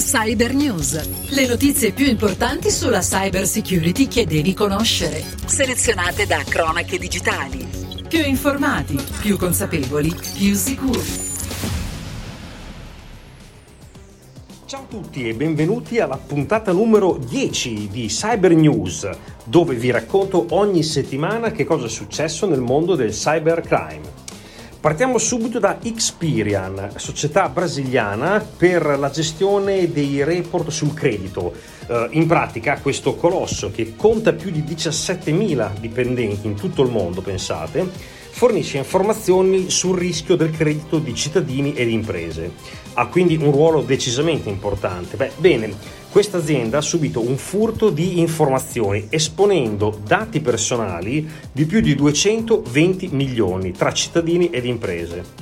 Cyber News, le notizie più importanti sulla cyber security che devi conoscere, selezionate da Cronache Digitali. Più informati, più consapevoli, più sicuri. Ciao a tutti e benvenuti alla puntata numero 10 di Cyber News, dove vi racconto ogni settimana che cosa è successo nel mondo del cybercrime. Partiamo subito da Experian, società brasiliana per la gestione dei report sul credito. In pratica questo colosso, che conta più di 17.000 dipendenti in tutto il mondo, pensate, fornisce informazioni sul rischio del credito di cittadini e di imprese. Ha quindi un ruolo decisamente importante. Bene, questa azienda ha subito un furto di informazioni esponendo dati personali di più di 220 milioni tra cittadini ed imprese.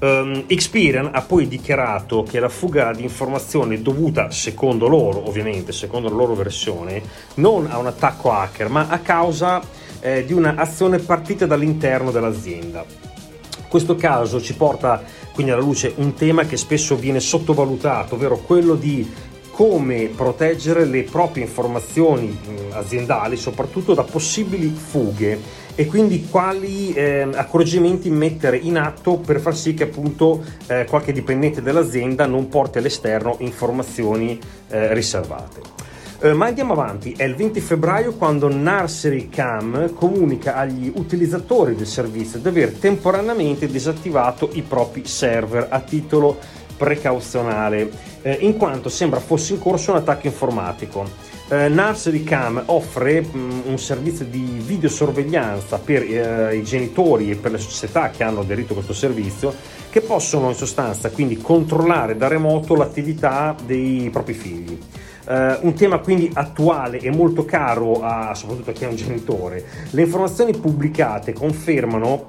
Experian ha poi dichiarato che la fuga di informazioni è dovuta, secondo loro, ovviamente, secondo la loro versione, non a un attacco hacker, ma a causa di un'azione partita dall'interno dell'azienda. Questo caso ci porta quindi alla luce un tema che spesso viene sottovalutato, ovvero quello di come proteggere le proprie informazioni aziendali, soprattutto da possibili fughe, e quindi quali accorgimenti mettere in atto per far sì che appunto qualche dipendente dell'azienda non porti all'esterno informazioni riservate. Ma andiamo avanti, è il 20 febbraio quando Nursery Cam comunica agli utilizzatori del servizio di aver temporaneamente disattivato i propri server a titolo precauzionale, in quanto sembra fosse in corso un attacco informatico. Nursery Cam offre un servizio di videosorveglianza per i genitori e per le società che hanno aderito a questo servizio, che possono in sostanza quindi controllare da remoto l'attività dei propri figli. Un tema quindi attuale e molto caro soprattutto a chi è un genitore. Le informazioni pubblicate confermano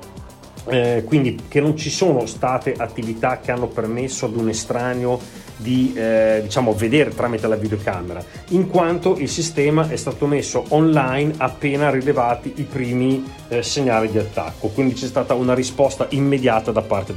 quindi che non ci sono state attività che hanno permesso ad un estraneo di vedere tramite la videocamera, in quanto il sistema è stato messo online appena rilevati i primi segnali di attacco, quindi c'è stata una risposta immediata da parte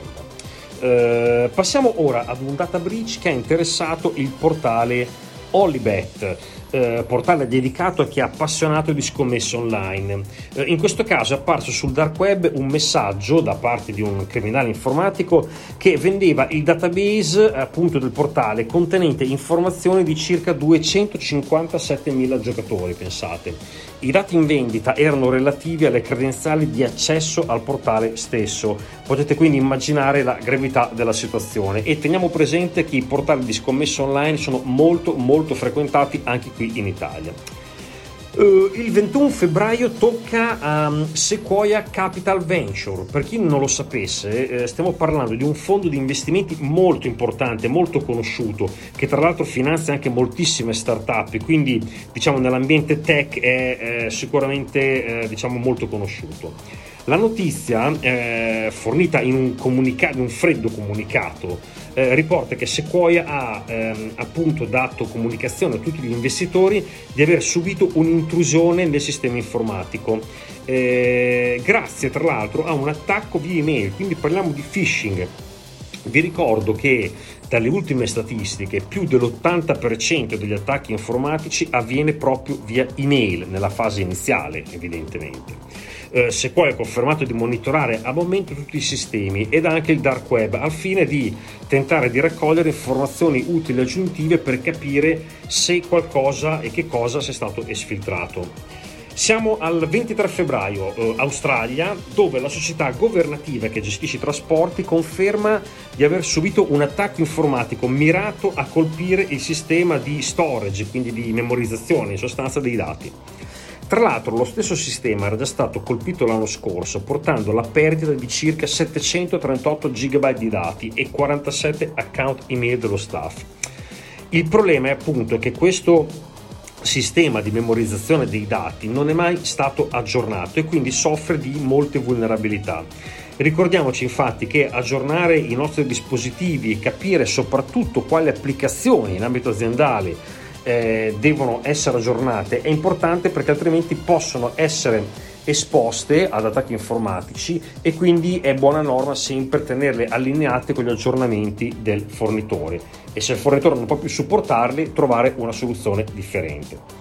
dell'azienda. Passiamo ora ad un data breach che ha interessato il portale Olibet, portale dedicato a chi è appassionato di scommesse online. In questo caso è apparso sul dark web un messaggio da parte di un criminale informatico che vendeva il database appunto del portale contenente informazioni di circa 257.000 giocatori, pensate. I dati in vendita erano relativi alle credenziali di accesso al portale stesso. Potete quindi immaginare la gravità della situazione, e teniamo presente che i portali di scommesse online sono molto frequentati anche qui in Italia. Il 21 febbraio tocca a Sequoia Capital Venture. Per chi non lo sapesse, stiamo parlando di un fondo di investimenti molto importante, molto conosciuto, che tra l'altro finanzia anche moltissime start-up, quindi nell'ambiente tech è sicuramente molto conosciuto. La notizia, fornita in un freddo comunicato, riporta che Sequoia ha appunto dato comunicazione a tutti gli investitori di aver subito un'intrusione nel sistema informatico, grazie tra l'altro a un attacco via email, quindi parliamo di phishing. Vi ricordo che dalle ultime statistiche più dell'80% degli attacchi informatici avviene proprio via email, nella fase iniziale evidentemente. Sequoia ha confermato di monitorare al momento tutti i sistemi ed anche il dark web al fine di tentare di raccogliere informazioni utili aggiuntive per capire se qualcosa e che cosa sia stato esfiltrato. Siamo al 23 febbraio, Australia, dove la società governativa che gestisce i trasporti conferma di aver subito un attacco informatico mirato a colpire il sistema di storage, quindi di memorizzazione in sostanza dei dati. Tra l'altro lo stesso sistema era già stato colpito l'anno scorso, portando alla perdita di circa 738 GB di dati e 47 account email dello staff. Il problema è appunto che questo sistema di memorizzazione dei dati non è mai stato aggiornato e quindi soffre di molte vulnerabilità. Ricordiamoci infatti che aggiornare i nostri dispositivi e capire soprattutto quali applicazioni in ambito aziendale devono essere aggiornate è importante, perché altrimenti possono essere esposte ad attacchi informatici e quindi è buona norma sempre tenerle allineate con gli aggiornamenti del fornitore e se il fornitore non può più supportarli trovare una soluzione differente.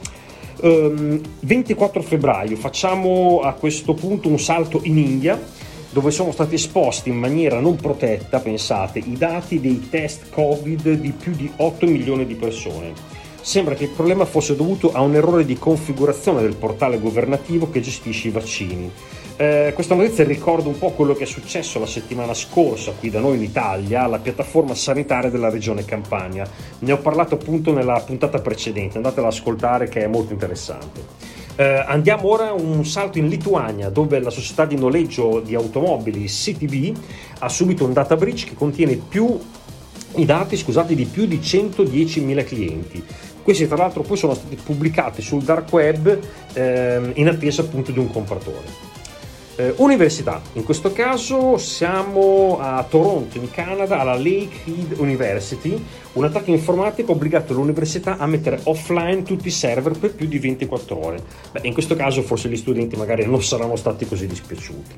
24 febbraio facciamo a questo punto un salto in India, dove sono stati esposti in maniera non protetta, pensate, i dati dei test Covid di più di 8 milioni di persone. Sembra che il problema fosse dovuto a un errore di configurazione del portale governativo che gestisce i vaccini. Questa notizia ricorda un po' quello che è successo la settimana scorsa qui da noi in Italia alla piattaforma sanitaria della regione Campania. Ne ho parlato appunto nella puntata precedente, andatela ad ascoltare che è molto interessante. Andiamo ora un salto in Lituania, dove la società di noleggio di automobili CTB ha subito un data breach che contiene i dati di più di 110.000 clienti. Questi tra l'altro poi sono stati pubblicati sul dark web in attesa appunto di un compratore. Università, in questo caso siamo a Toronto in Canada, alla Lakehead University. Un attacco informatico ha obbligato l'università a mettere offline tutti i server per più di 24 ore. In questo caso forse gli studenti magari non saranno stati così dispiaciuti.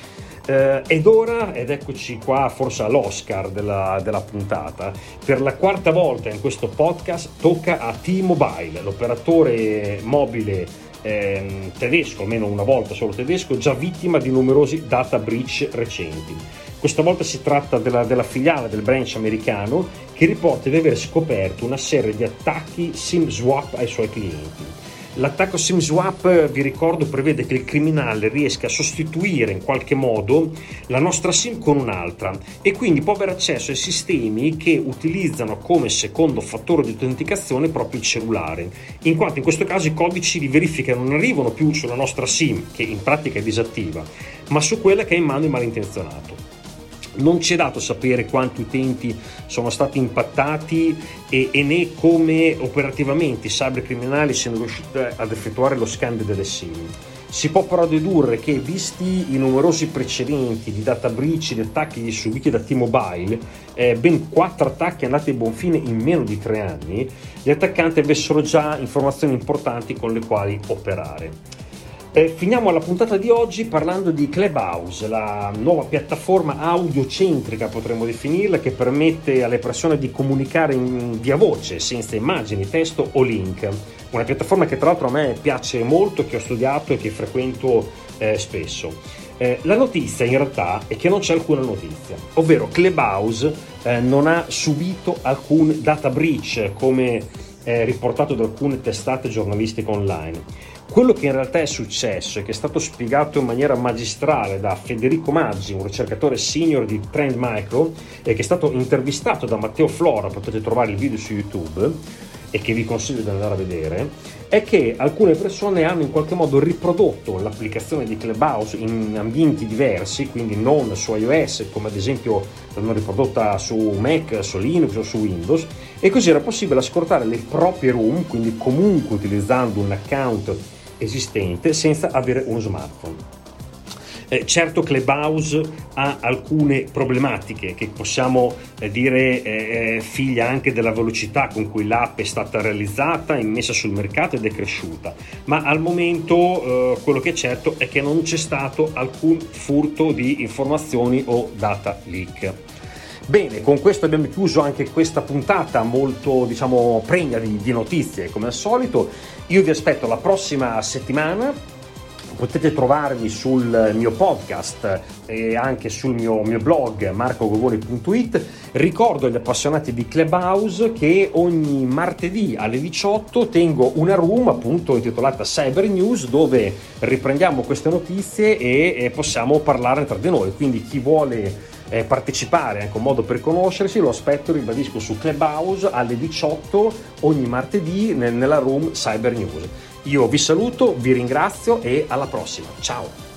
Ed eccoci qua forse all'Oscar della puntata. Per la quarta volta in questo podcast tocca a T-Mobile, l'operatore mobile tedesco, almeno una volta solo tedesco, già vittima di numerosi data breach recenti. Questa volta si tratta della filiale del branch americano che riporta di aver scoperto una serie di attacchi SIM swap ai suoi clienti. L'attacco SIM swap, vi ricordo, prevede che il criminale riesca a sostituire in qualche modo la nostra SIM con un'altra e quindi può avere accesso ai sistemi che utilizzano come secondo fattore di autenticazione proprio il cellulare, in quanto in questo caso i codici di verifica non arrivano più sulla nostra SIM, che in pratica è disattiva, ma su quella che ha in mano il malintenzionato. Non ci è dato sapere quanti utenti sono stati impattati e né come operativamente i cybercriminali siano riusciti ad effettuare lo scambio delle SIM. Si può però dedurre che, visti i numerosi precedenti di data breach di attacchi subiti da T-Mobile, ben 4 attacchi andati a buon fine in meno di 3 anni, gli attaccanti avessero già informazioni importanti con le quali operare. Finiamo la puntata di oggi parlando di Clubhouse, la nuova piattaforma audiocentrica, potremmo definirla, che permette alle persone di comunicare via voce, senza immagini, testo o link. Una piattaforma che tra l'altro a me piace molto, che ho studiato e che frequento spesso. La notizia in realtà è che non c'è alcuna notizia, ovvero Clubhouse non ha subito alcun data breach come riportato da alcune testate giornalistiche online. Quello che in realtà è successo e che è stato spiegato in maniera magistrale da Federico Maggi, un ricercatore senior di Trend Micro, e che è stato intervistato da Matteo Flora, potete trovare il video su YouTube e che vi consiglio di andare a vedere, è che alcune persone hanno in qualche modo riprodotto l'applicazione di Clubhouse in ambienti diversi, quindi non su iOS, come ad esempio l'hanno riprodotta su Mac, su Linux o su Windows, e così era possibile ascoltare le proprie room, quindi comunque utilizzando un account esistente senza avere uno smartphone. Certo, Clubhouse ha alcune problematiche che possiamo dire figlia anche della velocità con cui l'app è stata realizzata e messa sul mercato ed è cresciuta, ma al momento quello che è certo è che non c'è stato alcun furto di informazioni o data leak. Bene, con questo abbiamo chiuso anche questa puntata molto, pregna di notizie come al solito. Io vi aspetto la prossima settimana. Potete trovarmi sul mio podcast e anche sul mio blog marcogogoni.it. Ricordo agli appassionati di Clubhouse che ogni martedì alle 18 tengo una room appunto intitolata Cyber News, dove riprendiamo queste notizie e possiamo parlare tra di noi. Quindi chi vuole partecipare, anche un modo per conoscersi, lo aspetto, ribadisco, su Clubhouse alle 18 ogni martedì nella room Cyber News. Io vi saluto, vi ringrazio e alla prossima. Ciao!